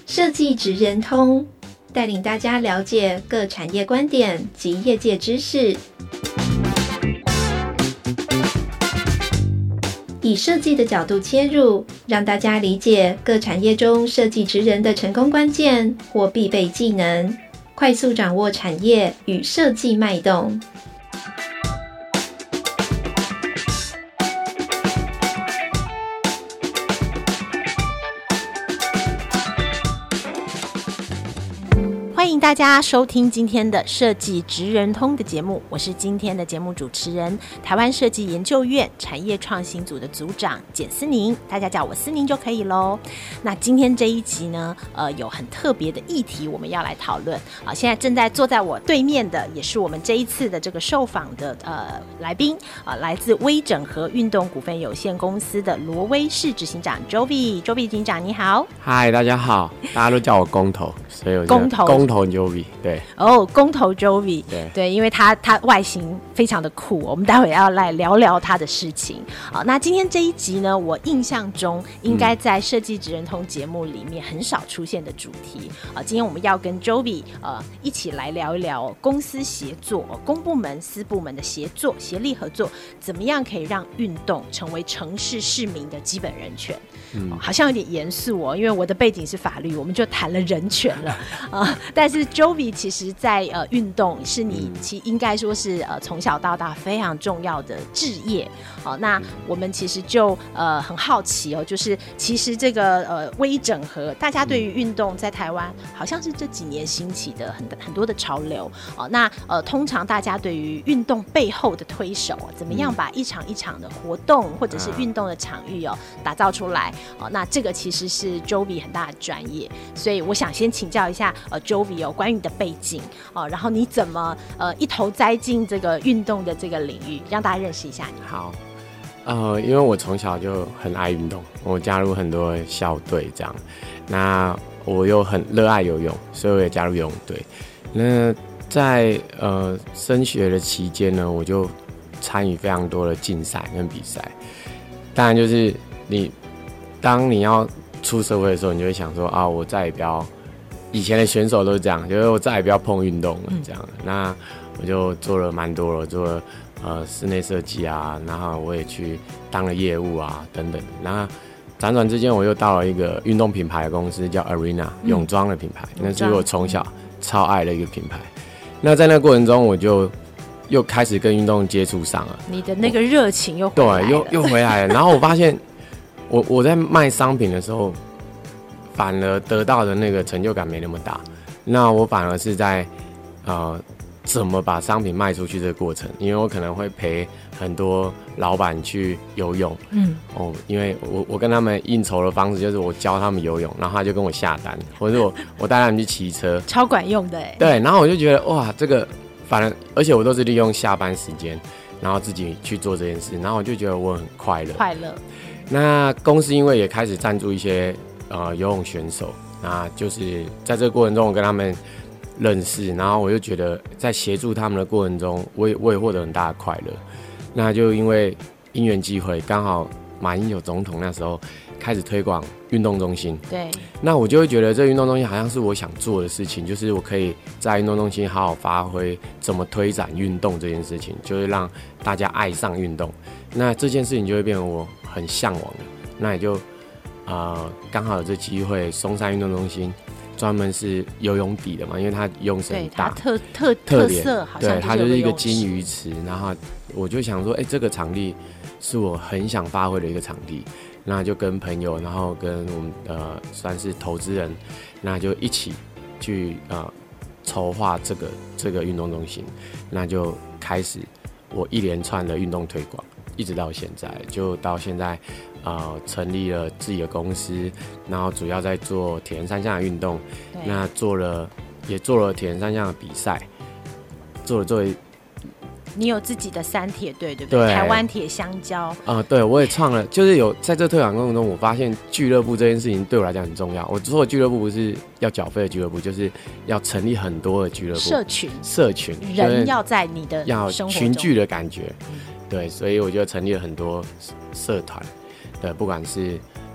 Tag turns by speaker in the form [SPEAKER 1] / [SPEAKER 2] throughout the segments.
[SPEAKER 1] 设计职人通，带领大家了解各产业观点及业界知识，以设计的角度切入，让大家理解各产业中设计职人的成功关键或必备技能，快速掌握产业与设计脉动。
[SPEAKER 2] 欢迎大家收听今天的设计职人通的节目，我是今天的节目主持人，台湾设计研究院产业创新组的组长简思宁，大家叫我思宁就可以咯。那今天这一集呢，有很特别的议题我们要来讨论。现在正在坐在我对面的，也是我们这一次的这个受访的来宾来自微整合运动股份有限公司的罗威士执行长 Jovi 执行长你好。
[SPEAKER 3] 嗨，大家好，大家都叫我工头，所以我公头 Jovi 对
[SPEAKER 2] 公头 Jovi 对，因为他外形非常的酷，我们待会要来聊聊他的事情。好，那今天这一集呢，我印象中应该在设计职人通节目里面很少出现的主题。今天我们要跟 Jovi 一起来聊一聊公司协作，公部门私部门的协作协力合作，怎么样可以让运动成为城市市民的基本人权。好像有点严肃因为我的背景是法律，我们就谈了人权了但是 Jovi 其实在运动是你其应该说是从小到大非常重要的志业。那我们其实就很好奇就是其实这个微整合，大家对于运动在台湾好像是这几年兴起的很多的潮流那通常大家对于运动背后的推手怎么样把一场一场的活动或者是运动的场域打造出来那这个其实是 Jovi 很大的专业，所以我想先请教一下Jovi 关于你的背景然后你怎么一头栽进这个运动的这个领域，让大家认识一下你。
[SPEAKER 3] 好因为我从小就很爱运动，我加入很多校队这样，那我又很热爱游泳，所以我也加入游泳队。那在升学的期间呢，我就参与非常多的竞赛跟比赛。当然就是当你要出社会的时候，你就会想说我再也不要，以前的选手都是这样，就是我再也不要碰运动了这样。那我就做了蛮多了，做了室内设计然后我也去当了业务等等。那辗转之间，我又到了一个运动品牌的公司，叫 Arena 泳装的品牌，那是我从小超爱的一个品牌。那在那个过程中，我就又开始跟运动接触上了，你
[SPEAKER 2] 的那个热情又回来了，
[SPEAKER 3] 对，又回来了。然后我发现我在卖商品的时候，反而得到的那个成就感没那么大。那我反而是在怎么把商品卖出去这个过程，因为我可能会陪很多老板去游泳，因为我跟他们应酬的方式就是我教他们游泳，然后他就跟我下单，或者我带他们去骑车，
[SPEAKER 2] 超管用的
[SPEAKER 3] 对，然后我就觉得哇，这个反正而且我都是利用下班时间，然后自己去做这件事，然后我就觉得我很快乐。那公司因为也开始赞助一些游泳选手，那就是在这个过程中我跟他们认识，然后我就觉得在协助他们的过程中，我也获得很大的快乐。那就因为因缘际会，刚好马英九总统那时候开始推广运动中心，
[SPEAKER 2] 对，
[SPEAKER 3] 那我就会觉得这运动中心好像是我想做的事情，就是我可以在运动中心好好发挥怎么推展运动这件事情，就是让大家爱上运动。那这件事情就会变成我很向往的。那也就刚好有这机会，松山运动中心专门是游泳底的嘛，因为它游泳池很大，
[SPEAKER 2] 特色好像
[SPEAKER 3] 对，它就是一个金鱼池。然后我就想说，这个场地是我很想发挥的一个场地，那就跟朋友，然后跟我们算是投资人，那就一起去筹划这个运动中心，那就开始我一连串的运动推广，一直到现在，就到现在成立了自己的公司，然后主要在做铁人三项的运动，那也做了铁人三项的比赛，做了。
[SPEAKER 2] 你有自己的三铁队，对不对？台湾铁香蕉
[SPEAKER 3] 对，我也创了，就是有在这推广过程中，我发现俱乐部这件事情对我来讲很重要。我做的俱乐部不是要缴费的俱乐部，就是要成立很多的俱乐部，社群
[SPEAKER 2] 人要在你的
[SPEAKER 3] 要
[SPEAKER 2] 生活中
[SPEAKER 3] 群聚的感觉，对，所以我就成立了很多社团，对，不管是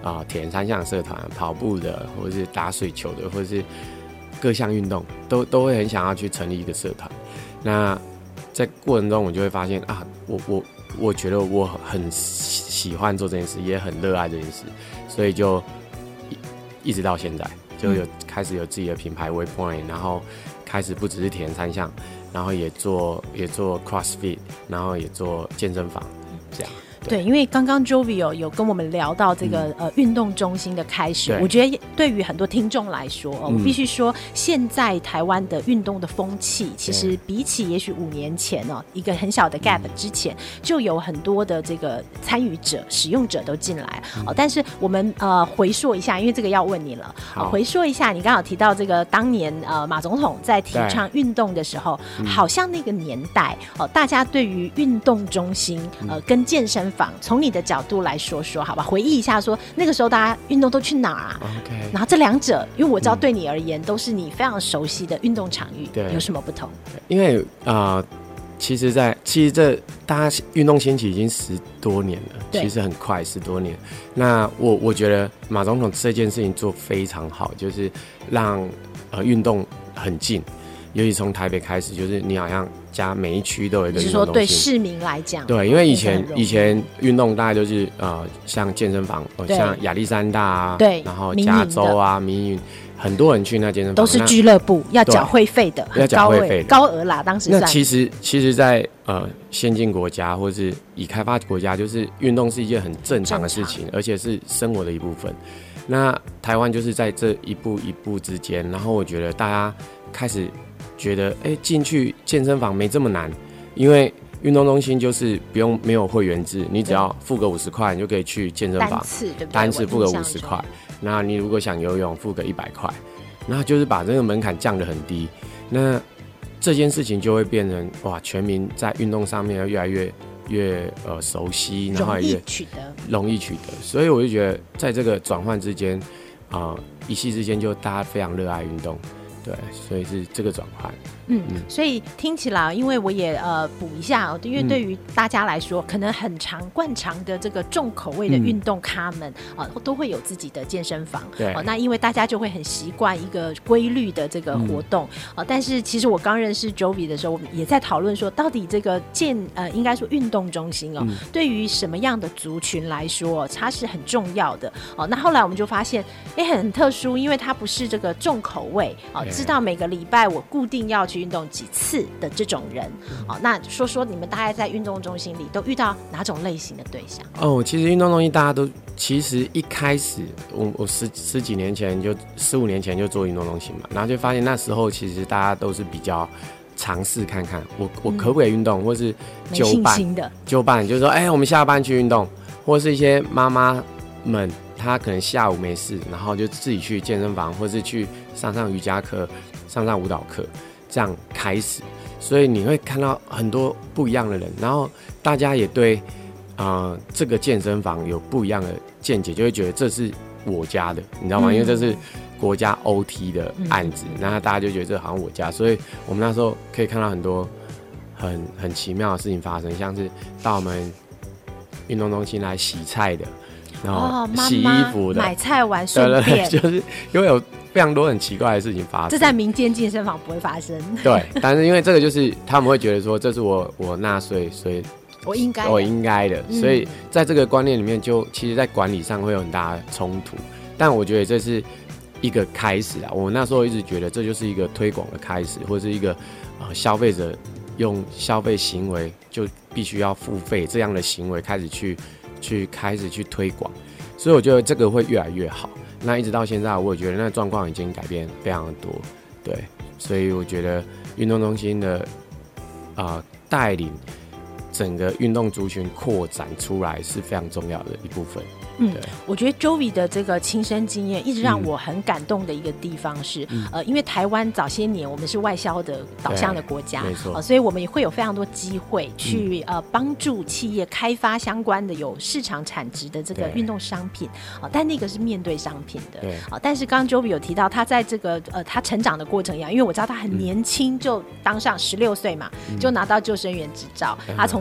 [SPEAKER 3] 铁人三项社团、跑步的，或者是打水球的，或者是各项运动，都会很想要去成立一个社团。那在过程中，我就会发现啊，我觉得我很喜欢做这件事，也很热爱这件事，所以就一直到现在，就开始有自己的品牌 Waypoint， 然后开始不只是铁人三项，然后也做 CrossFit， 然后也做健身房，这样。
[SPEAKER 2] 对，因为刚刚 Jovi 有跟我们聊到这个运动中心的开始，我觉得对于很多听众来说，我必须说，现在台湾的运动的风气，其实比起也许5年前一个很小的 gap 之前，就有很多的这个参与者、使用者都进来。但是我们回溯一下，因为这个要问你了，回溯一下，你刚好提到这个当年马总统在提倡运动的时候，好像那个年代大家对于运动中心跟健身房，从你的角度来说说好吧，回忆一下说那个时候大家运动都去哪啊？
[SPEAKER 3] OK，
[SPEAKER 2] 然后这两者，因为我知道对你而言都是你非常熟悉的运动场域，有什么不同？
[SPEAKER 3] 因为其实这大家运动兴起已经10多年了，其实很快10多年。那我觉得马总统这件事情做非常好，就是让运动很近。尤其从台北开始，就是你好像家每一区都有一个运动中心。你是说对
[SPEAKER 2] 市民来讲？
[SPEAKER 3] 对，因为以前运动大概就是像健身房，像亚历山大啊，
[SPEAKER 2] 对，
[SPEAKER 3] 然后加州啊、民营，很多人去那健身房，
[SPEAKER 2] 都是俱乐部，要缴会费的，
[SPEAKER 3] 要缴会费的，
[SPEAKER 2] 高额啦。当时
[SPEAKER 3] 那其实在先进国家或是已开发国家，就是运动是一件很正常的事情，而且是生活的一部分。那台湾就是在这一步一步之间，然后我觉得大家开始觉得进去健身房没这么难，因为运动中心就是没有会员制，你只要付个50块，你就可以去健身房，单次付个50块。那你如果想游泳，付个100块，然后就是把这个门槛降得很低。那这件事情就会变成全民在运动上面要越来越熟悉，然后也容易取得。所以我就觉得在这个转换之间，一夕之间就大家非常热爱运动。对，所以是这个转换。
[SPEAKER 2] 所以听起来，因为我也补一下，因为对于大家来说，可能很惯常的这个重口味的运动咖们都会有自己的健身房。
[SPEAKER 3] 对，
[SPEAKER 2] 那因为大家就会很习惯一个规律的这个活动。但是其实我刚认识 Jovi 的时候，我们也在讨论说，到底这个应该说运动中心对于什么样的族群来说，它是很重要的。那后来我们就发现，很特殊，因为它不是这个重口味知道每个礼拜我固定要去运动几次的这种人。那说说你们大概在运动中心里都遇到哪种类型的对象？
[SPEAKER 3] 其实运动中心大家都其实一开始我十几年前就15年前就做运动中心嘛，然后就发现那时候其实大家都是比较尝试看看我可不可以运动，或是就办就是说我们下班去运动，或是一些妈妈们她可能下午没事，然后就自己去健身房，或是去上瑜伽课、上舞蹈课，这样开始。所以你会看到很多不一样的人，然后大家也对这个健身房有不一样的见解，就会觉得这是我家的，你知道吗？因为这是国家 OT 的案子，然后大家就觉得这好像我家，所以我们那时候可以看到很多很奇妙的事情发生，像是到我们运动中心来洗菜的，然后洗衣服的，
[SPEAKER 2] 买菜完顺便，
[SPEAKER 3] 就是因为有非常多很奇怪的事情发生。
[SPEAKER 2] 这在民间健身房不会发生。
[SPEAKER 3] 对，但是因为这个就是他们会觉得说这是我纳税，所以我应该的，所以在这个观念里面就其实在管理上会有很大的冲突。但我觉得这是一个开始啊，我那时候一直觉得这就是一个推广的开始，或是一个消费者用消费行为就必须要付费这样的行为开始去推广，所以我觉得这个会越来越好。那一直到现在，我也觉得那状况已经改变非常的多，对，所以我觉得运动中心的带领整个运动族群扩展出来是非常重要的一部分。
[SPEAKER 2] 我觉得 Jovi 的这个亲身经验一直让我很感动的一个地方是，因为台湾早些年我们是外销的导向的国家，
[SPEAKER 3] 没错，
[SPEAKER 2] 所以我们也会有非常多机会去帮助企业开发相关的有市场产值的这个运动商品，但那个是面对商品的。但是刚刚 Jovi 有提到他在这个他成长的过程一样，因为我知道他很年轻就当上16岁嘛，就拿到救生员执照，他从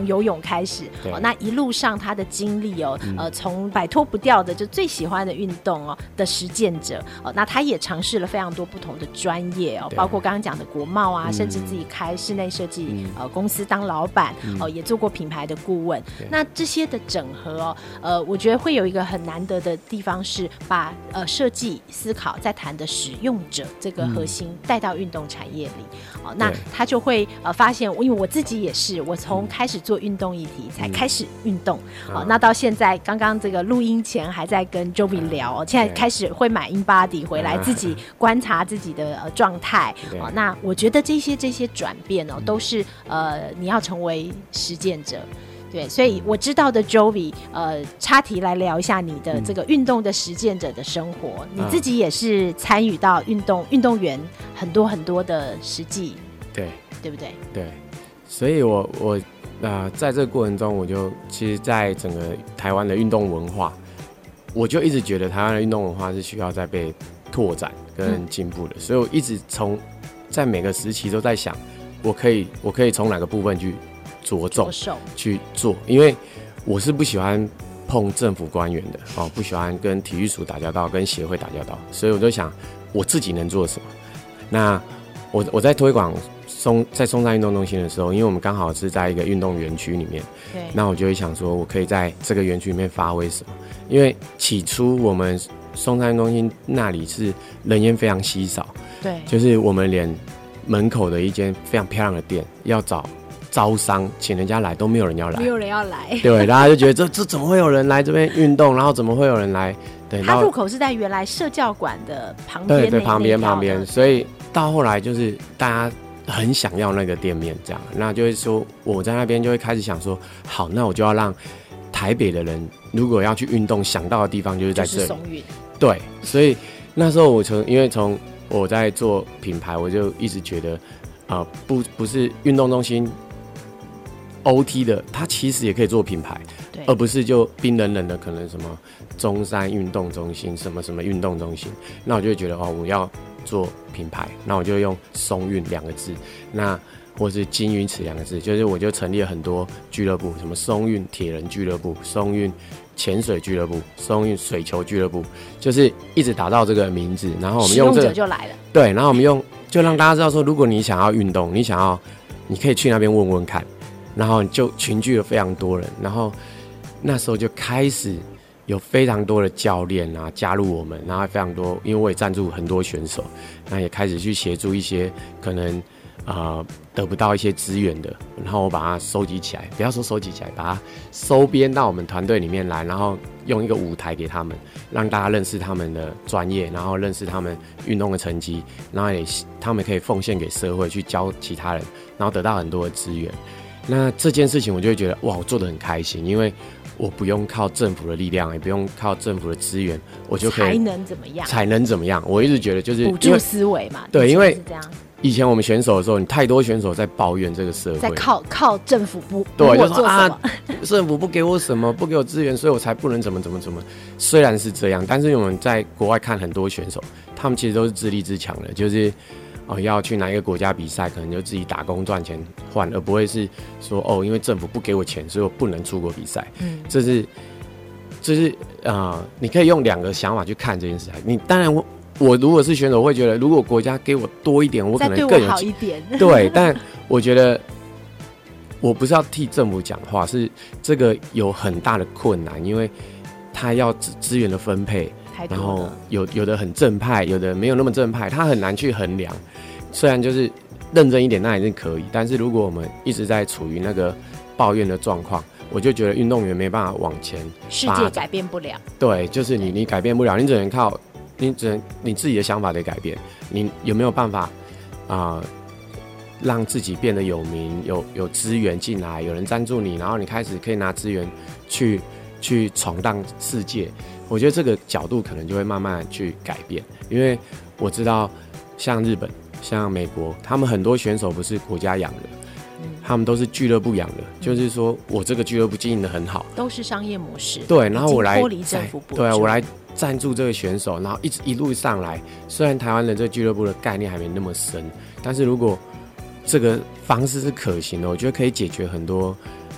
[SPEAKER 2] 从游泳开始，那一路上他的经历从摆脱不掉的就最喜欢的运动的实践者那他也尝试了非常多不同的专业包括刚刚讲的国贸啊，甚至自己开室内设计公司当老板也做过品牌的顾问。那这些的整合我觉得会有一个很难得的地方是把设计思考在谈的使用者这个核心带到运动产业里那他就会发现，因为我自己也是，我从开始做运动议题才开始运动那到现在刚刚这个录音前还在跟 Jovi 聊现在开始会买 InBody 回来自己观察自己的状态那我觉得这些转变都是你要成为实践者。对，所以我知道的 Jovi 插题来聊一下你的这个运动的实践者的生活你自己也是参与到运动员很多很多的实际，对不对？
[SPEAKER 3] 对，所以我在这个过程中，我就其实在整个台湾的运动文化，我就一直觉得台湾的运动文化是需要再被拓展跟进步的所以我一直在每个时期都在想我可以从哪个部分去着重去做，因为我是不喜欢碰政府官员的不喜欢跟体育署打交道，跟协会打交道，所以我就想我自己能做什么。那我在推广在松山运动中心的时候，因为我们刚好是在一个运动园区里面，那我就会想说我可以在这个园区里面发挥什么。因为起初我们松山运动中心那里是人烟非常稀少，就是我们连门口的一间非常漂亮的店要找招商请人家来都没有人要来，对，大家就觉得这怎么会有人来这边运动，然后怎么会有人来？对，
[SPEAKER 2] 它入口是在原来社教馆的旁边，
[SPEAKER 3] 对，旁边，所以到后来就是大家很想要那个店面，这样，那就会说我在那边就会开始想说，好，那我就要让台北的人如果要去运动想到的地方就是在这里，松运，对，所以那时候因为从我在做品牌，我就一直觉得不是运动中心OT 的，它其实也可以做品牌，而不是就冰冷冷的可能什么中山运动中心什么什么运动中心。那我就会觉得我要做品牌，那我就用松运2个字，那或是金鱼池2个字，就是我就成立了很多俱乐部，什么松运铁人俱乐部、松运潜水俱乐部、松运水球俱乐部，就是一直打造这个名字，然后我们用这个
[SPEAKER 2] 使用者就来了，
[SPEAKER 3] 对，然后我们就让大家知道说，如果你想要运动，你可以去那边问问看。然后就群聚了非常多人，然后那时候就开始有非常多的教练加入我们，然后非常多，因为我也赞助很多选手，那也开始去协助一些可能得不到一些资源的，然后我把它收集起来，不要说收集起来，把它收编到我们团队里面来，然后用一个舞台给他们，让大家认识他们的专业，然后认识他们运动的成绩，然后他们可以奉献给社会去教其他人，然后得到很多的资源。那这件事情我就会觉得哇，我做得很开心，因为我不用靠政府的力量，也不用靠政府的资源，我就可以才能怎么样？我一直觉得就是
[SPEAKER 2] 补助思维嘛，
[SPEAKER 3] 对，因为以前我们选手的时候，你太多选手在抱怨这个社会，
[SPEAKER 2] 在靠政府不
[SPEAKER 3] 对，就说政府不给我什么，不给我资源，所以我才不能怎么。虽然是这样，但是我们在国外看很多选手，他们其实都是自立自强的，就是要去哪一个国家比赛，可能就自己打工赚钱换，而不会是说因为政府不给我钱，所以我不能出国比赛。这是你可以用2个想法去看这件事情。你当然我如果是选手，我会觉得如果国家给我多一点，我可能更有
[SPEAKER 2] 好一点。
[SPEAKER 3] 对，但我觉得我不是要替政府讲话，是这个有很大的困难，因为他要资源的分配。然后有的很正派，有的没有那么正派，他很难去衡量。虽然就是认真一点那也是可以，但是如果我们一直在处于那个抱怨的状况，我就觉得运动员没办法往前
[SPEAKER 2] 世界改变不了。
[SPEAKER 3] 对，就是你改变不了，你只能靠你自己的想法得改变。你有没有办法让自己变得有名，有资源进来，有人赞助你，然后你开始可以拿资源去闯荡世界？我觉得这个角度可能就会慢慢去改变，因为我知道像日本、像美国，他们很多选手不是国家养的，他们都是俱乐部养的，就是说我这个俱乐部经营得很好，
[SPEAKER 2] 都是商业模式。
[SPEAKER 3] 对，然后我来
[SPEAKER 2] 脱离政府补助，
[SPEAKER 3] 对，我来赞助这个选手，然后一路上来。虽然台湾的这个俱乐部的概念还没那么深，但是如果这个方式是可行的，我觉得可以解决很多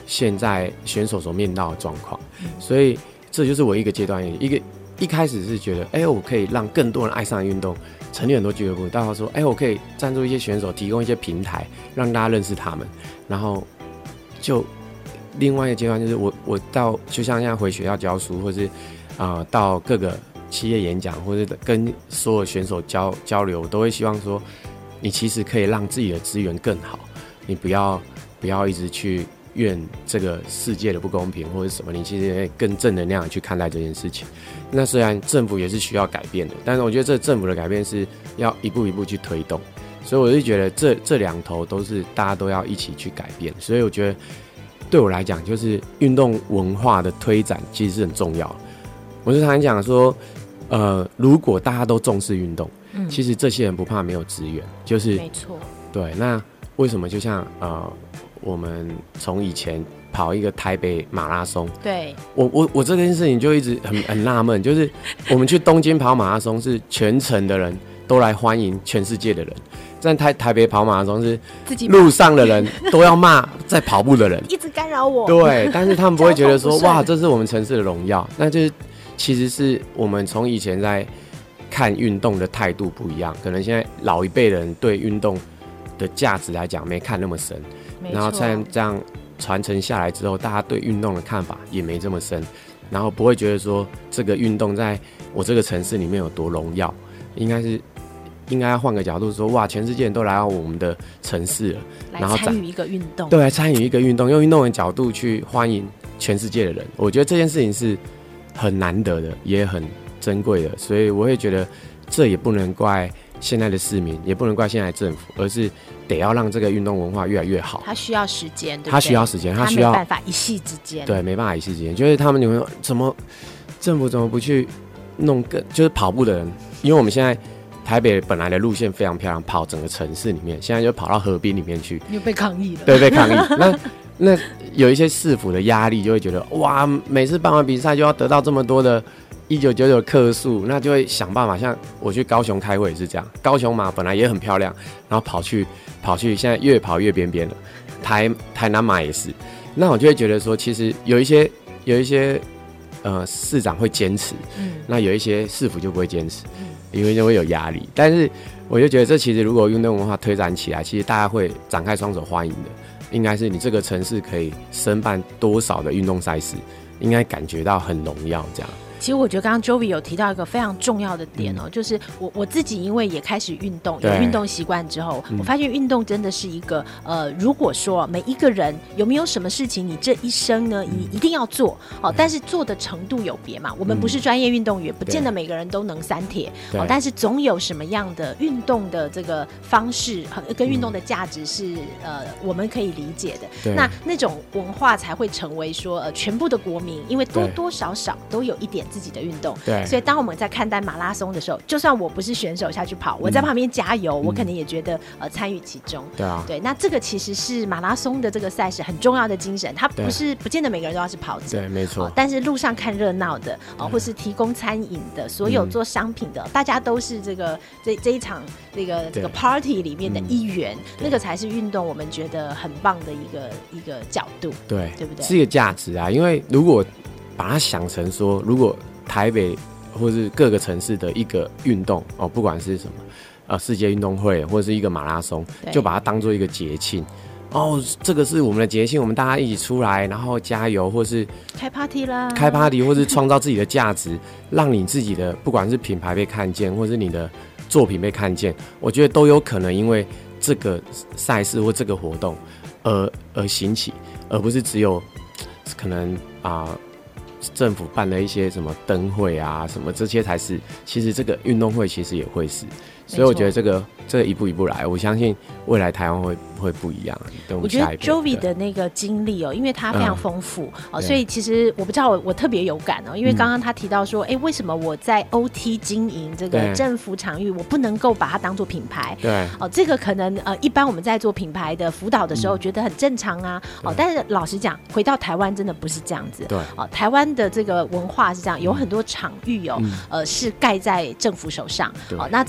[SPEAKER 3] 现在选手所面到的状况，所以这就是我一个阶段，一开始是觉得，我可以让更多人爱上运动，成立很多俱乐部，到说，我可以赞助一些选手，提供一些平台，让大家认识他们，然后就另外一个阶段就是我到就像现在回学校教书，或是到各个企业演讲，或者跟所有选手交流，都会希望说，你其实可以让自己的资源更好，你不要一直去怨这个世界的不公平或者什么，你其实可以更正能量的去看待这件事情。那虽然政府也是需要改变的，但是我觉得这政府的改变是要一步一步去推动，所以我就觉得这两头都是大家都要一起去改变。所以我觉得对我来讲，就是运动文化的推展其实是很重要的。我就常常讲说，如果大家都重视运动，其实这些人不怕没有资源，就是
[SPEAKER 2] 没错。对，
[SPEAKER 3] 那为什么就像我们从以前跑一个台北马拉松，
[SPEAKER 2] 对，
[SPEAKER 3] 我这件事情就一直很纳闷，就是我们去东京跑马拉松是全程的人都来欢迎全世界的人，在台北跑马拉松是路上的人都要骂在跑步的人，
[SPEAKER 2] 一直干扰我。
[SPEAKER 3] 对，但是他们不会觉得说哇，这是我们城市的荣耀，那就是其实是我们从以前在看运动的态度不一样，可能现在老一辈人对运动的价值来讲没看那么深，然后这样传承下来之后，大家对运动的看法也没这么深，然后不会觉得说这个运动在我这个城市里面有多荣耀，应该要换个角度说，哇，全世界人都来到我们的城市了，然后
[SPEAKER 2] 参与一个运动，
[SPEAKER 3] 对，参与一个运动，用运动的角度去欢迎全世界的人，我觉得这件事情是很难得的，也很珍贵的，所以我会觉得这也不能怪现在的市民，也不能怪现在的政府，而是得要让这个运动文化越来越好。
[SPEAKER 2] 它需要时间，对不对？
[SPEAKER 3] 它需要时间，它需要
[SPEAKER 2] 没办法一夕之间。
[SPEAKER 3] 对，没办法一夕之间。就是他们你们怎么政府怎么不去弄更就是跑步的人？因为我们现在台北本来的路线非常漂亮，跑整个城市里面，现在就跑到河滨里面去，
[SPEAKER 2] 又被抗议了。
[SPEAKER 3] 对，被抗议。那有一些市府的压力，就会觉得哇，每次办完比赛就要得到这么多的1999客数，那就会想办法。像我去高雄开会也是这样，高雄马本来也很漂亮，然后跑去，现在越跑越边边了。台南马也是，那我就会觉得说，其实有一些市长会坚持，那有一些市府就不会坚持，因为就会有压力。但是我就觉得这其实如果运动文化推展起来，其实大家会展开双手欢迎的。应该是你这个城市可以申办多少的运动赛事，应该感觉到很荣耀这样。
[SPEAKER 2] 其实我觉得刚刚 Jovi 有提到一个非常重要的点哦，就是我自己因为也开始运动，有运动习惯之后，我发现运动真的是一个如果说每一个人有没有什么事情你这一生呢你一定要做但是做的程度有别嘛，我们不是专业运动员，不见得每个人都能三铁但是总有什么样的运动的这个方式跟运动的价值是我们可以理解的，那种文化才会成为说全部的国民，因为多多少少都有一点自己的运动，对，所以当我们在看待马拉松的时候，就算我不是选手下去跑，我在旁边加油，我可能也觉得参与其中，对，那这个其实是马拉松的这个赛事很重要的精神，它不见得每个人都要是跑者，
[SPEAKER 3] 对，没错，
[SPEAKER 2] 但是路上看热闹的或是提供餐饮的，所有做商品的，大家都是这一场这个 party 里面的一员，那个才是运动我们觉得很棒的一个角度，对不对？
[SPEAKER 3] 是一个价值啊，因为如果把它想成说，如果台北或是各个城市的一个运动不管是什么世界运动会或者是一个马拉松，就把它当做一个节庆这个是我们的节庆，我们大家一起出来，然后加油，或是
[SPEAKER 2] 开 party 啦，
[SPEAKER 3] 或是创造自己的价值，让你自己的不管是品牌被看见，或是你的作品被看见，我觉得都有可能因为这个赛事或这个活动而兴起，而不是只有可能政府办的一些什么灯会啊什么，这些才是其实这个运动会其实也会是，所以我觉得这个一步一步来，我相信未来台湾会不一样。
[SPEAKER 2] 我觉得 Jovi 的那个经历因为他非常丰富所以其实我不知道我特别有感因为刚刚他提到说为什么我在 OT 经营这个政府场域，我不能够把它当作品牌，对这个可能一般我们在做品牌的辅导的时候觉得很正常啊但是老实讲回到台湾真的不是这样子，对台湾的这个文化是这样，有很多场域是盖在政府手上那这个就要回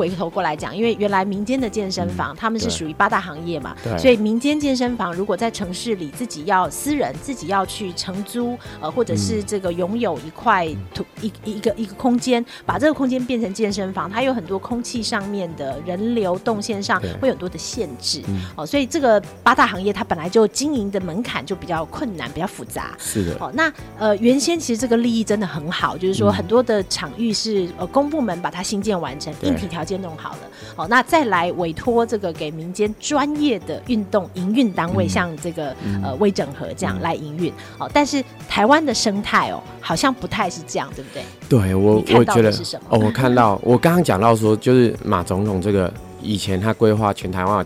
[SPEAKER 2] 回头过来讲，因为原来民间的健身房，他们是属于8大行业嘛，
[SPEAKER 3] 对，
[SPEAKER 2] 所以民间健身房如果在城市里自己要私人自己要去承租，或者是这个拥有一块一个空间，把这个空间变成健身房，它有很多空气上面的人流动线上会有很多的限制，所以这个8大行业它本来就经营的门槛就比较困难，比较复杂。
[SPEAKER 3] 是的。
[SPEAKER 2] 那原先其实这个利益真的很好，就是说很多的场域是公部门把它新建完成，硬体条件弄好了，那再来委托这个给民间专业的运动营运单位，像这个微整合这样来营运，但是台湾的生态好像不太是这样，对不对？
[SPEAKER 3] 对，我觉得
[SPEAKER 2] 是什么？
[SPEAKER 3] 我看到我刚刚讲到说，就是马总统这个以前他规划全台湾有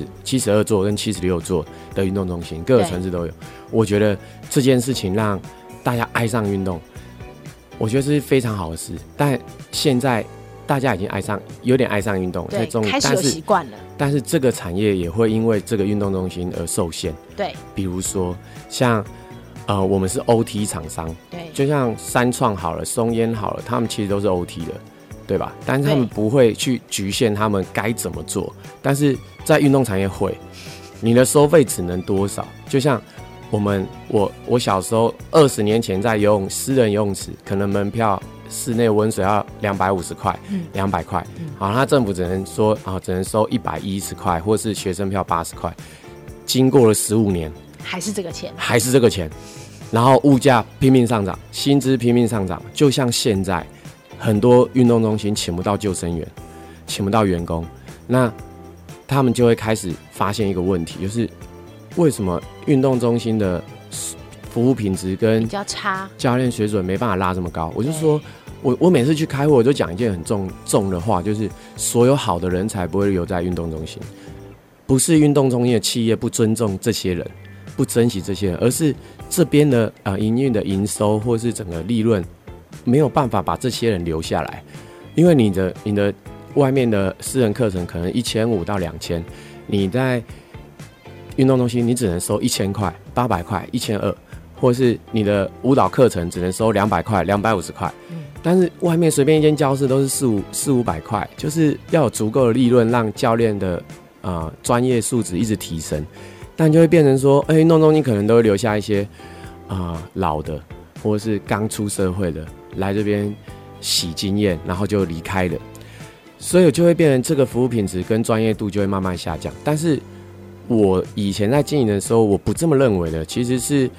[SPEAKER 3] 72座跟76座的运动中心，各个城市都有。我觉得这件事情让大家爱上运动，我觉得是非常好的事。但现在大家已经有点爱上运动，
[SPEAKER 2] 对，开始有习惯了。
[SPEAKER 3] 但是这个产业也会因为这个运动中心而受限。
[SPEAKER 2] 对，
[SPEAKER 3] 比如说像我们是 OT 厂商，
[SPEAKER 2] 对，
[SPEAKER 3] 就像三创好了、松烟好了，他们其实都是 OT 的，对吧？但是他们不会去局限他们该怎么做，但是在运动产业会，你的收费只能多少？就像我小时候20年前在私人游泳池，可能门票室内温水要250块、200块，好，他政府只能说只能收110块，或是学生票80块。经过了15年，还是这个钱，然后物价拼命上涨，薪资拼命上涨，就像现在很多运动中心请不到救生员，请不到员工，那他们就会开始发现一个问题，就是为什么运动中心的服务品质跟
[SPEAKER 2] 比较差，
[SPEAKER 3] 教练水准没办法拉这么高？我就说，我每次去开会，我就讲一件很重的话，就是所有好的人才不会留在运动中心，不是运动中心的企业不尊重这些人，不珍惜这些人，而是这边的营运的营收或是整个利润没有办法把这些人留下来，因为你的外面的私人课程可能1500到2000，你在运动中心你只能收1000块、800块、1200，或是你的舞蹈课程只能收200块、250块，但是外面随便一间教室都是400-500块，就是要有足够的利润让教练的专业素质一直提升，但就会变成说，运动中心可能都会留下一些老的或者是刚出社会的来这边洗经验，然后就离开了，所以就会变成这个服务品质跟专业度就会慢慢下降。但是我以前在经营的时候，我不这么认为的，其实是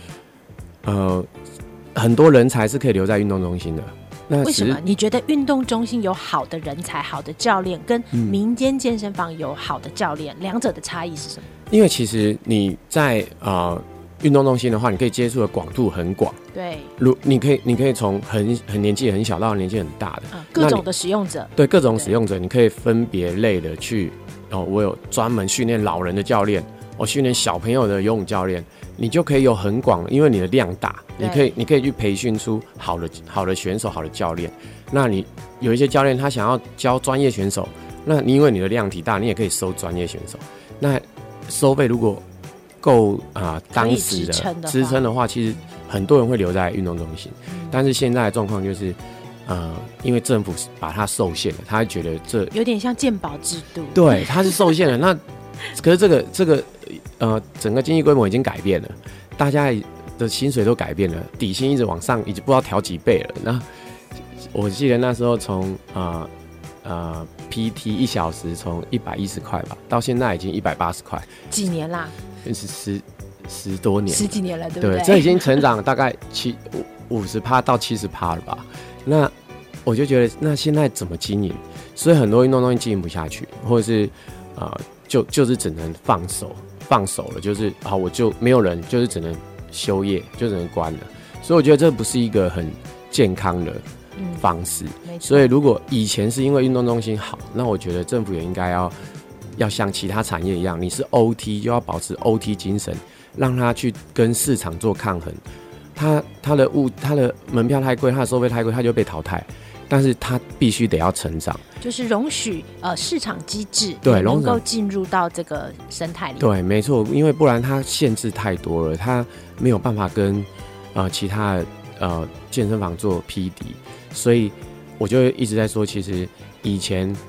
[SPEAKER 3] 很多人才是可以留在运动中心的。那
[SPEAKER 2] 为什么你觉得运动中心有好的人才、好的教练，跟民间健身房有好的教练，两者的差异是什么？
[SPEAKER 3] 因为其实你在运动中心的话，你可以接触的广度很广。
[SPEAKER 2] 对，
[SPEAKER 3] 你可以从很年纪很小到年纪很大的，
[SPEAKER 2] 各种的使用者。
[SPEAKER 3] 对，各种使用者，你可以分别类的去。我有专门训练老人的教练，我训练小朋友的游泳教练，你就可以有很广，因为你的量大，你可以去培训出好的选手、好的教练。那你有一些教练他想要教专业选手，那你因为你的量体大，你也可以收专业选手。那收费如果够当时的支撑的话，其实很多人会留在运动中心。但是现在的状况就是，因为政府把它受限了，他觉得这
[SPEAKER 2] 有点像健保制度。
[SPEAKER 3] 对，它是受限了。那可是这个整个经济规模已经改变了，大家的薪水都改变了，底薪一直往上，已经不知道调几倍了。那我记得那时候从PT 1小时从110块吧，到现在已经180块。
[SPEAKER 2] 几年啦？
[SPEAKER 3] 是10多年，10
[SPEAKER 2] 几年了，对不对？
[SPEAKER 3] 对，这已经成长大概50%到70%了吧？那我就觉得，那现在怎么经营？所以很多运动中心经营不下去，或者是就是只能放手了，就是我就没有人，就是只能休业，就只能关了。所以我觉得这不是一个很健康的方式。所以如果以前是因为运动中心好，那我觉得政府也应该要像其他产业一样，你是 OT 就要保持 OT 精神，让他去跟市场做抗衡。他的门票太贵，他的收费太贵，他就被淘汰。但是他必须得要成长，就是
[SPEAKER 2] 容许市场机制
[SPEAKER 3] 对
[SPEAKER 2] 能够进入到这个生态里。
[SPEAKER 3] 对，没错，因为不然它限制太多了，它没有办法跟其他的健身房做匹敌。所以我就一直在说，其实以前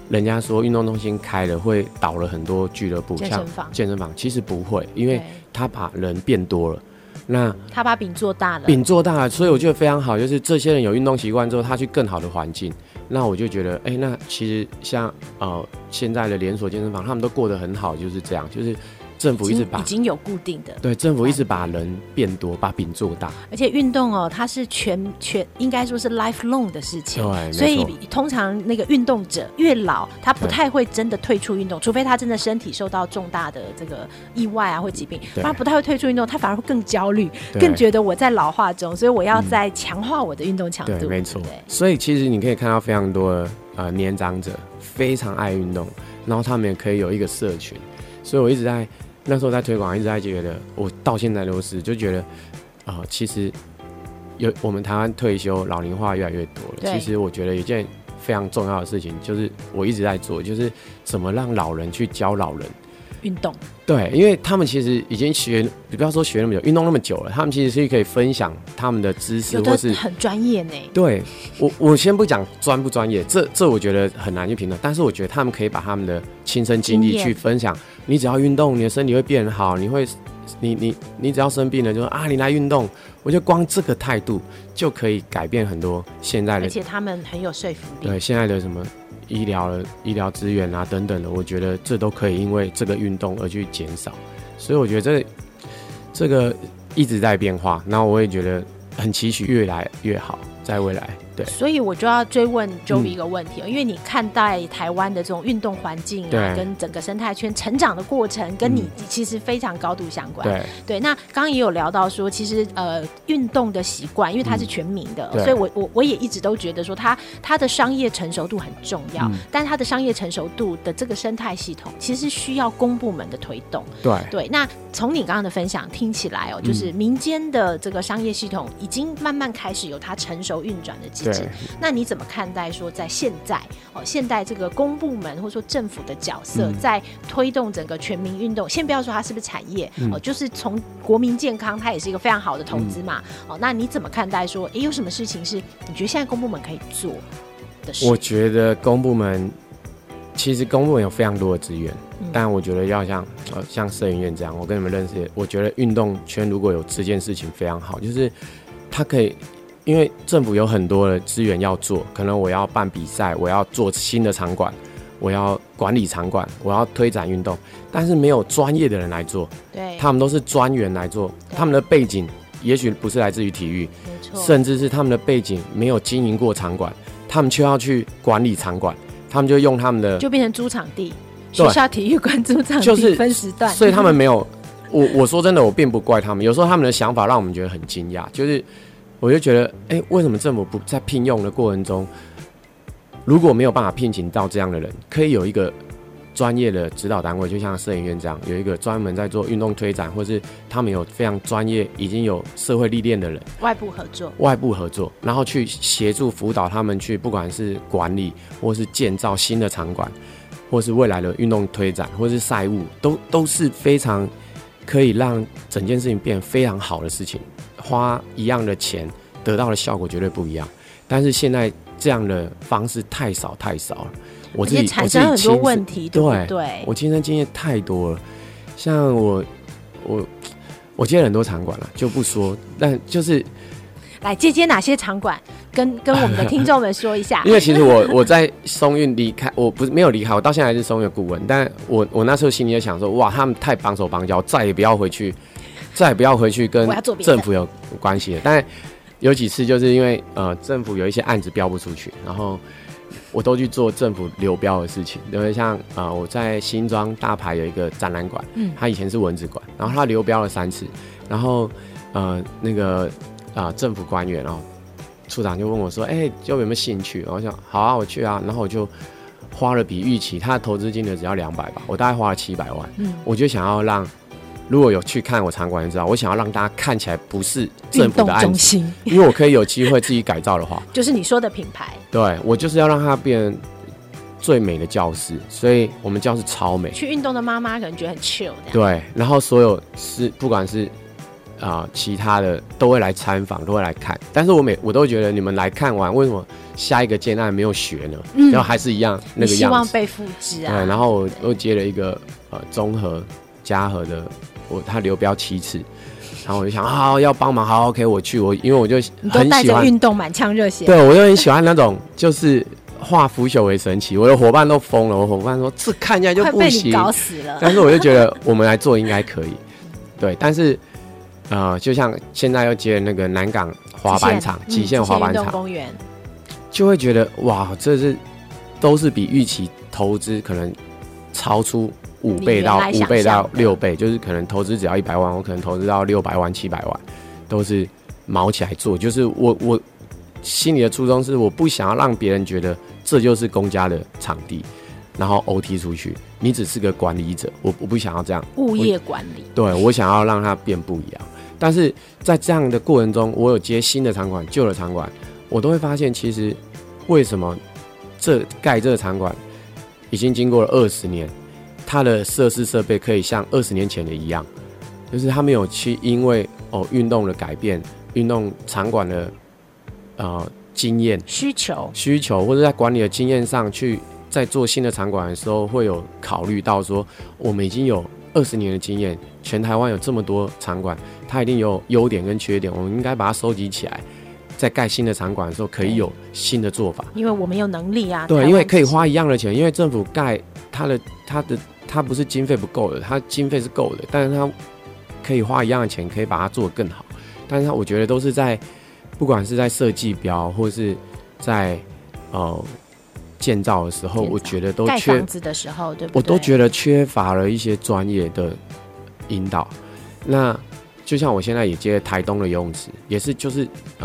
[SPEAKER 3] 人家说运动中心开了会倒了很多俱乐部，像健身房，其实不会，因为他把人变多了。那
[SPEAKER 2] 他把饼做大了，
[SPEAKER 3] 所以我觉得非常好，就是这些人有运动习惯之后，他去更好的环境，那我就觉得，那其实像现在的连锁健身房，他们都过得很好，就是这样，就是政府一直把
[SPEAKER 2] 已经有固定的，
[SPEAKER 3] 对，政府一直把人变多，把饼做大，
[SPEAKER 2] 而且运动它是全应该说是 lifelong 的事情，
[SPEAKER 3] 对，
[SPEAKER 2] 所以通常那个运动者越老，他不太会真的退出运动，除非他真的身体受到重大的这个意外啊或疾病，他不太会退出运动，他反而会更焦虑，更觉得我在老化中，所以我要再强化我的运动强度，
[SPEAKER 3] 对，没错。所以其实你可以看到非常多的年长者非常爱运动，然后他们也可以有一个社群，所以我一直在。那时候在推广，一直在觉得，我到现在都是就觉得，其实我们台湾退休老龄化越来越多了。其实我觉得有一件非常重要的事情，就是我一直在做，就是怎么让老人去教老人
[SPEAKER 2] 运动。
[SPEAKER 3] 对，因为他们其实已经不要说学那么久，运动那么久了，他们其实是可以分享他们的知识，或是
[SPEAKER 2] 很专业呢。
[SPEAKER 3] 对，我先不讲专不专业，这我觉得很难去评论，但是我觉得他们可以把他们的亲身经历去分享。你只要运动，你的身体会变好，你只要生病了就说你来运动，我觉得光这个态度就可以改变很多现在的，
[SPEAKER 2] 而且他们很有说服力。
[SPEAKER 3] 对，现在的什么医疗资源啊等等的，我觉得这都可以因为这个运动而去减少，所以我觉得这个一直在变化，然后我也觉得很期许越来越好，在未来。对，
[SPEAKER 2] 所以我就要追问 Jovi 一个问题，因为你看待台湾的这种运动环境啊，跟整个生态圈成长的过程，跟你其实非常高度相关。对，那刚刚也有聊到说，其实运动的习惯，因为它是全民的，所以我也一直都觉得说它的商业成熟度很重要，但是它的商业成熟度的这个生态系统，其实需要公部门的推动。对，那从你刚刚的分享听起来就是民间的这个商业系统已经慢慢开始有它成熟运转的机制。那你怎么看待说在现代这个公部门或者说政府的角色在推动整个全民运动？先不要说它是不是产业，就是从国民健康，它也是一个非常好的投资嘛。那你怎么看待说，有什么事情是你觉得现在公部门可以做的事？
[SPEAKER 3] 我觉得其实公部门有非常多的资源，但我觉得要像社营院这样，我跟你们认识，我觉得运动圈如果有这件事情非常好，就是它可以。因为政府有很多的资源要做，可能我要办比赛，我要做新的场馆，我要管理场馆，我要推展运动，但是没有专业的人来做，他们都是专员来做，他们的背景也许不是来自于体育，甚至是他们的背景没有经营过场馆，他们却要去管理场馆，他们就用他们的就
[SPEAKER 2] 变成租场地，学校体育馆租场地，就是分时段，
[SPEAKER 3] 所以他们没有我说真的，我并不怪他们，有时候他们的想法让我们觉得很惊讶，就是我就觉得，为什么政府不在聘用的过程中，如果没有办法聘请到这样的人，可以有一个专业的指导单位，就像摄影院这样，有一个专门在做运动推展，或是他们有非常专业、已经有社会历练的人，
[SPEAKER 2] 外部合作，
[SPEAKER 3] 然后去协助辅导他们去，不管是管理，或是建造新的场馆，或是未来的运动推展，或是赛务，都是非常可以让整件事情变得非常好的事情。花一样的钱得到的效果绝对不一样，但是现在这样的方式太少了，我自己
[SPEAKER 2] 产生很多问题，对不对？
[SPEAKER 3] 我亲身经验太多了，像我接了很多场馆了，就不说，但就是
[SPEAKER 2] 来接哪些场馆，跟我们的听众们说一下。
[SPEAKER 3] 因为其实我在松运离开，我不是没有离开，我到现在还是松运的顾问，但我那时候心里就想说，哇，他们太绑手绑脚，再也不要回去跟政府有关系了。但有几次就是因为政府有一些案子标不出去，然后我都去做政府流标的事情。因为像我在新庄大排有一个展览馆，它以前是蚊子馆，然后它流标了3次，然后那个政府官员处长就问我说：“就有没有兴趣？”然后我想好啊，我去啊，然后我就花了比预期，他的投资金额只要200吧，我大概花了700万。我就想要让。如果有去看我场馆就知道，我想要让大家看起来不是政府的案子，因为我可以有机会自己改造的话，
[SPEAKER 2] 就是你说的品牌。
[SPEAKER 3] 对，我就是要让它变最美的教室，所以我们教室超美。
[SPEAKER 2] 去运动的妈妈可能觉得很 chill。
[SPEAKER 3] 对，然后所有是不管是其他的都会来参访，都会来看，但是我都觉得你们来看完，为什么下一个建案没有学呢？然后还是一样那个样子，
[SPEAKER 2] 希望被复制啊。
[SPEAKER 3] 对，然后我又接了一个中和嘉禾的，他流标7次，然后我就想好要帮忙，好 OK 我去，因为我就很喜欢，
[SPEAKER 2] 你都带着运动满腔热血，
[SPEAKER 3] 对我就很喜欢那种就是化腐朽为神奇，我的伙伴都疯了，我伙伴说这看起来就不行，
[SPEAKER 2] 快被你搞死了。
[SPEAKER 3] 但是我就觉得我们来做应该可以，对，但是就像现在又接了那个南港滑板场、极限滑板场
[SPEAKER 2] 公园，
[SPEAKER 3] 就会觉得哇，这都是比预期投资可能超出5倍到6倍，就是可能投资只要100万，我可能投资到600万、700万，都是毛起来做。就是我心里的初衷是，我不想要让别人觉得这就是公家的场地，然后 OT 出去，你只是个管理者，我不想要这样。
[SPEAKER 2] 物业管理，对，
[SPEAKER 3] 我想要让它变不一样。但是在这样的过程中，我有接新的场馆、旧的场馆，我都会发现，其实为什么盖这个场馆已经经过了20年，它的设施设备可以像20年前的一样，就是它没有去因为运动的改变、运动场馆的经验、需求，或者在管理的经验上去，在做新的场馆的时候，会有考虑到说，我们已经有20年的经验，全台湾有这么多场馆，它一定有优点跟缺点，我们应该把它收集起来，在盖新的场馆的时候可以有新的做法，
[SPEAKER 2] 因为我们有能力啊。
[SPEAKER 3] 对，因为可以花一样的钱，因为政府盖它不是经费不够的，它经费是够的，但是它可以花一样的钱，可以把它做得更好。但是我觉得都是在不管是在设计标，或是在建造的时候，我觉得都
[SPEAKER 2] 盖房子的时候，对不对？
[SPEAKER 3] 我都觉得缺乏了一些专业的引导。那就像我现在也接台东的游泳池，也是就是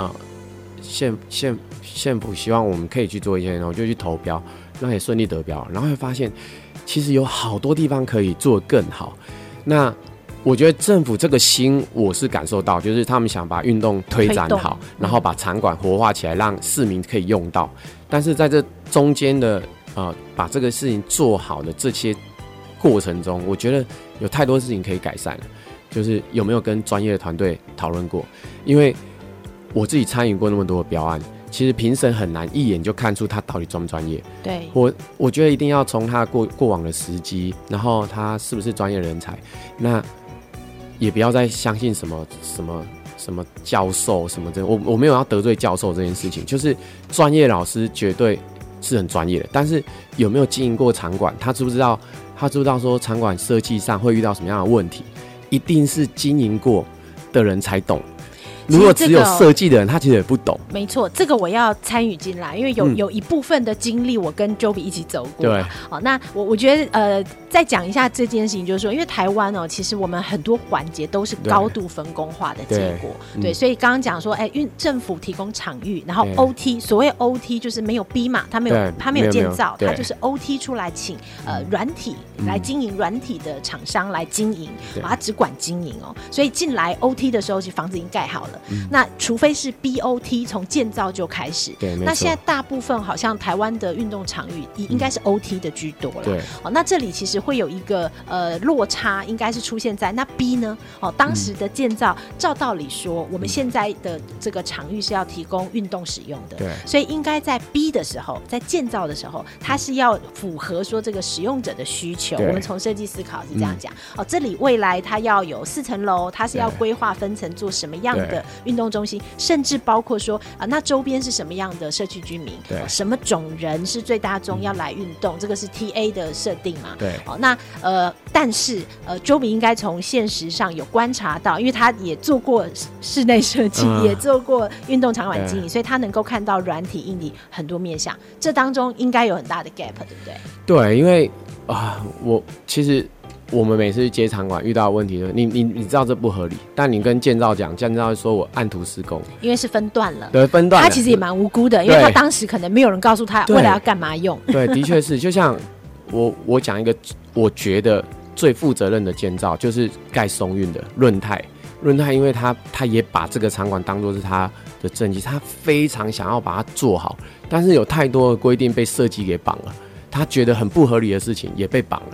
[SPEAKER 3] 县府希望我们可以去做一些，然后就去投标，那也顺利得标，然后会发现其实有好多地方可以做得更好。那我觉得政府这个心我是感受到，就是他们想把运动推展好，然后把场馆活化起来，让市民可以用到。但是在这中间的把这个事情做好的这些过程中，我觉得有太多事情可以改善了。就是有没有跟专业的团队讨论过？因为我自己参与过那么多的标案，其实评审很难一眼就看出他到底专不专业。
[SPEAKER 2] 对，
[SPEAKER 3] 我觉得一定要从他过往的时机，然后他是不是专业人才，那也不要再相信什么教授什么的。我没有要得罪教授这件事情，就是专业老师绝对是很专业的，但是有没有经营过场馆，他知不知道说场馆设计上会遇到什么样的问题，一定是经营过的人才懂。如果只有设计的人，他其实也不懂。
[SPEAKER 2] 没错，这个我要参与进来，因为有一部分的经历，我跟 Joby 一起走过。
[SPEAKER 3] 对，
[SPEAKER 2] 好，那我觉得再讲一下这件事情，就是说，因为台湾其实我们很多环节都是高度分工化的结果。对，所以刚刚讲说，政府提供场域，然后 OT， 所谓 OT 就是没有 B 嘛，他没有建造，他就是 OT 出来请软体来经营，软体的厂商来经营，他只管经营哦。所以进来 OT 的时候，其实房子已经盖好了。那除非是 BOT 从建造就开始，那现在大部分好像台湾的运动场域应该是 OT 的居多了。那这里其实会有一个落差，应该是出现在那 B 呢？当时的建造，照道理说，我们现在的这个场域是要提供运动使用的，所以应该在 B 的时候，在建造的时候，它是要符合说这个使用者的需求。我们从设计思考是这样讲。这里未来它要有4层楼，它是要规划分层做什么样的运动中心，甚至包括说那周边是什么样的社区居民，什么种人是最大宗要来运动，这个是 TA 的设定嘛？那但是Joby 应该从现实上有观察到，因为他也做过室内设计，也做过运动场馆经营，所以他能够看到软体硬体很多面向，这当中应该有很大的 gap， 对不对？
[SPEAKER 3] 对，因为其实我们每次接场馆遇到的问题，你知道这不合理，但你跟建造讲，建造说我按图施工，
[SPEAKER 2] 因为是分段了，
[SPEAKER 3] 对，分段了，
[SPEAKER 2] 他其实也蛮无辜的，因为他当时可能没有人告诉他未来要干嘛用。
[SPEAKER 3] 对，的确是，就像我讲一个我觉得最负责任的建造，就是盖松运的润泰，因为他也把这个场馆当作是他的政绩，他非常想要把它做好，但是有太多的规定被设计给绑了，他觉得很不合理的事情也被绑了。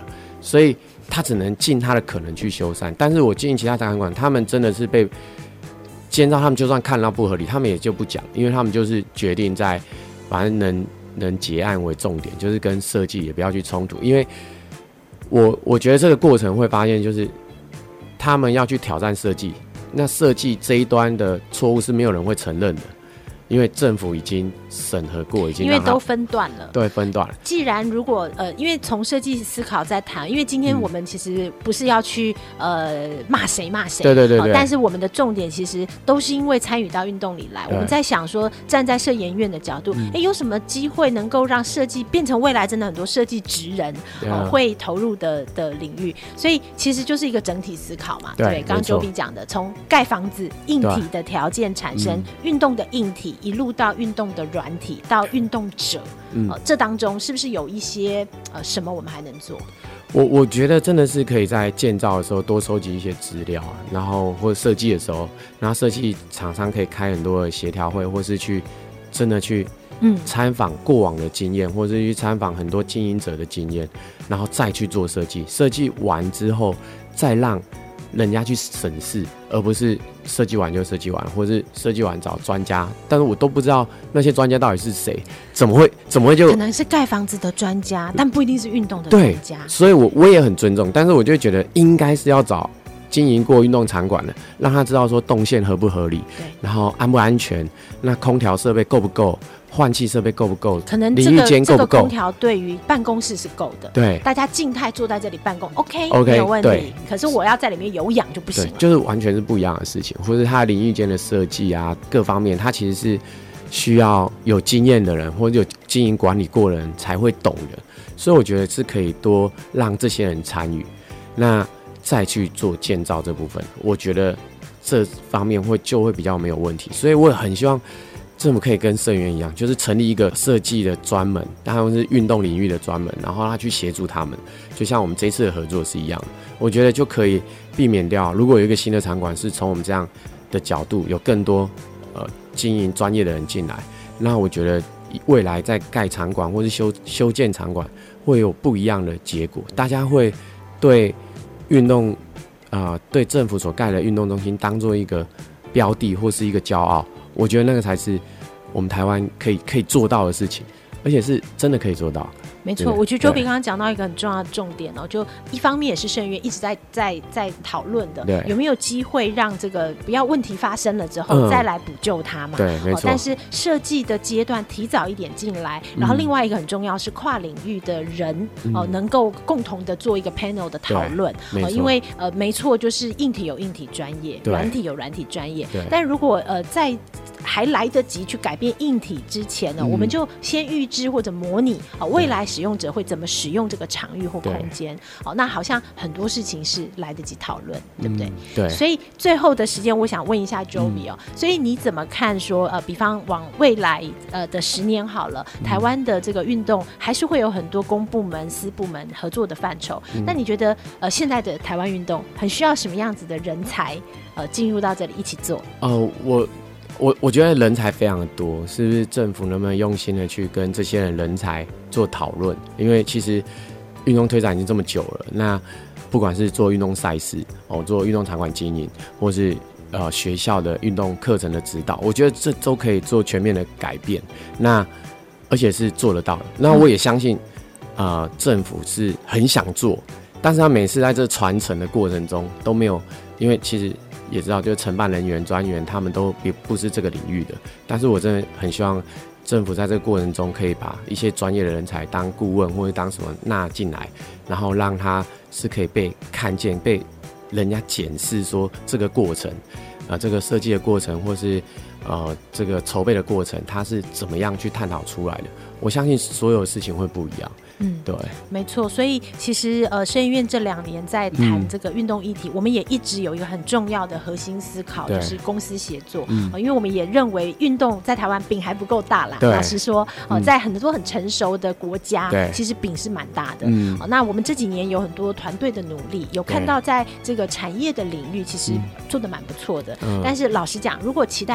[SPEAKER 3] 所以他只能尽他的可能去修缮。但是我建议其他场馆，他们真的是被监造，他们就算看到不合理，他们也就不讲，因为他们就是决定在反正能结案为重点，就是跟设计也不要去冲突。因为我觉得这个过程会发现，就是他们要去挑战设计，那设计这一端的错误是没有人会承认的。因为政府已经审核过，已经
[SPEAKER 2] 因为都分段了，
[SPEAKER 3] 对，分段了。
[SPEAKER 2] 既然如果因为从设计思考在谈，因为今天我们其实不是要去骂谁，对，但是我们的重点其实都是因为参与到运动里来，我们在想说，站在设研院的角度，有什么机会能够让设计变成未来真的很多设计职人会投入的领域？所以其实就是一个整体思考嘛，对，刚刚 Joby 讲的，从盖房子硬体的条件产生，运动的硬体。一路到运动的软体，到运动者，这当中是不是有一些什么我们还能做？
[SPEAKER 3] 我觉得真的是可以在建造的时候多收集一些资料啊，然后或者设计的时候，然后设计厂商可以开很多的协调会，或是去真的去参访过往的经验，或是去参访很多经营者的经验，然后再去做设计。设计完之后，再让人家去审视，而不是设计完就设计完，或是设计完找专家，但是我都不知道那些专家到底是谁，怎么会就
[SPEAKER 2] 可能是盖房子的专家，但不一定是运动的专家。
[SPEAKER 3] 对，所以我也很尊重，但是我就觉得应该是要找经营过运动场馆的，让他知道说动线合不合理，然后安不安全，那空调设备够不够，换气设备够不够，
[SPEAKER 2] 可能
[SPEAKER 3] 淋浴间够不够，
[SPEAKER 2] 这个空调对于办公室是够的，
[SPEAKER 3] 对，
[SPEAKER 2] 大家静态坐在这里办公 OK 没有问题，可是我要在里面有氧就不行了，
[SPEAKER 3] 就是完全是不一样的事情，或者它的淋浴间的设计啊，各方面它其实是需要有经验的人或者有经营管理过的人才会懂的，所以我觉得是可以多让这些人参与，那再去做建造这部分，我觉得这方面就会比较没有问题，所以我也很希望政府可以跟社员一样，就是成立一个设计的专门，当然是运动领域的专门，然后他去协助他们，就像我们这一次的合作是一样的，我觉得就可以避免掉，如果有一个新的场馆是从我们这样的角度，有更多经营专业的人进来，那我觉得未来在盖场馆或是修建场馆会有不一样的结果，大家会对运动对政府所盖的运动中心当做一个标的或是一个骄傲，我觉得那个才是我们台湾可以做到的事情，而且是真的可以做到。
[SPEAKER 2] 没错，我觉得 Joby 刚刚讲到一个很重要的重点哦，就一方面也是社院一直在讨论的，有没有机会让这个不要问题发生了之后再来补救它嘛？
[SPEAKER 3] 对，没错。
[SPEAKER 2] 但是设计的阶段提早一点进来，然后另外一个很重要是跨领域的人能够共同的做一个 panel 的讨论，因为没错，就是硬体有硬体专业，软体有软体专业，但如果在还来得及去改变硬体之前呢，我们就先预知或者模拟未来使用者会怎么使用这个场域或空间，那好像很多事情是来得及讨论，对不对？
[SPEAKER 3] 对。
[SPEAKER 2] 所以最后的时间，我想问一下 Joby 所以你怎么看说比方往未来的10年好了，台湾的这个运动还是会有很多公部门、私部门合作的范畴，那你觉得现在的台湾运动很需要什么样子的人才进入到这里一起做？
[SPEAKER 3] 我觉得人才非常的多，是不是政府能不能用心的去跟这些人才做讨论？因为其实运动推展已经这么久了，那不管是做运动赛事做运动场馆经营，或是学校的运动课程的指导，我觉得这都可以做全面的改变，那而且是做得到的。那我也相信政府是很想做，但是他每次在这传承的过程中都没有，因为其实也知道，就是承办人员、专员他们都不是这个领域的，但是我真的很希望政府在这个过程中可以把一些专业的人才当顾问或者当什么纳进来，然后让他是可以被看见、被人家检视说这个过程这个设计的过程或是这个筹备的过程它是怎么样去探讨出来的，我相信所有事情会不一样。对，
[SPEAKER 2] 没错。所以其实社院这2年在谈这个运动议题，我们也一直有一个很重要的核心思考，就是公私协作。因为我们也认为运动在台湾饼还不够大啦，老实说在很多很成熟的国家其实饼是蛮大的。那我们这几年有很多团队的努力，有看到在这个产业的领域其实做得蛮不错的，但是老实讲，如果期待饼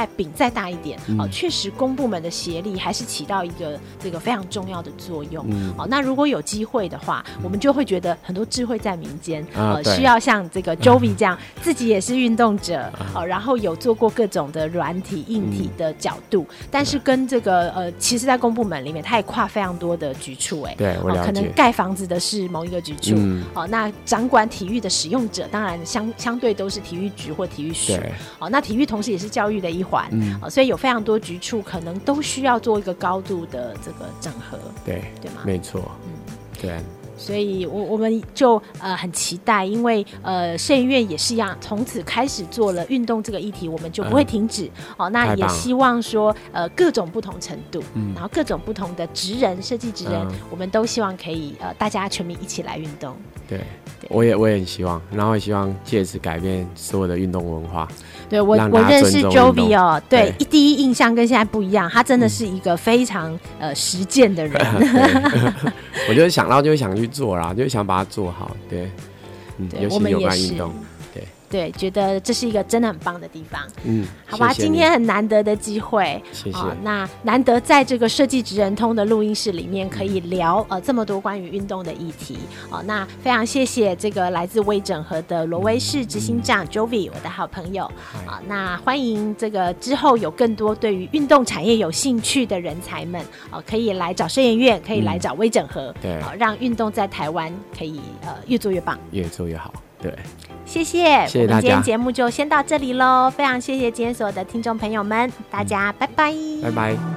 [SPEAKER 2] 再大一点，确实公部门的协力还是起到一个这个非常重要的作用。那如果有机会的话，我们就会觉得很多智慧在民间，需要像这个 Jovi 这样，自己也是运动者，然后有做过各种的软体、硬体的角度，但是跟这个其实在公部门里面，他也跨非常多的局处，
[SPEAKER 3] 对，我了解，
[SPEAKER 2] 可能盖房子的是某一个局处，那掌管体育的使用者，当然相对都是体育局或体育署，那体育同时也是教育的一环，所以有非常多局处可能都需要做一个高度的这个整合，对吗？
[SPEAKER 3] 没错，对。
[SPEAKER 2] 所以我们就很期待，因为社研院也是一样，从此开始做了运动这个议题，我们就不会停止，那也希望说各种不同程度，然后各种不同的职人、设计职人，我们都希望可以大家全民一起来运动。对，
[SPEAKER 3] 我也很希望，然后希望借此改变所有的运动文化。
[SPEAKER 2] 对，我认识 Jovi 对，第一印象跟现在不一样，他真的是一个非常实践的人。
[SPEAKER 3] 我就想到就想去做啦，就想把它做好。对，尤其有关运动。
[SPEAKER 2] 对，觉得这是一个真的很棒的地方。好吧，今天很难得的机会，
[SPEAKER 3] 谢谢。
[SPEAKER 2] 那难得在这个设计职人通的录音室里面可以聊这么多关于运动的议题。那非常谢谢这个来自微整合的罗威士执行长 Jovi， 我的好朋友。那欢迎这个之后有更多对于运动产业有兴趣的人才们，可以来找社研院，可以来找微整合，
[SPEAKER 3] 对，
[SPEAKER 2] 让运动在台湾可以越做越棒，
[SPEAKER 3] 越做越好。对，
[SPEAKER 2] 谢谢，
[SPEAKER 3] 谢谢大家。
[SPEAKER 2] 我们今天节目就先到这里咯，非常谢谢今天所有的听众朋友们，大家拜拜，
[SPEAKER 3] 拜拜。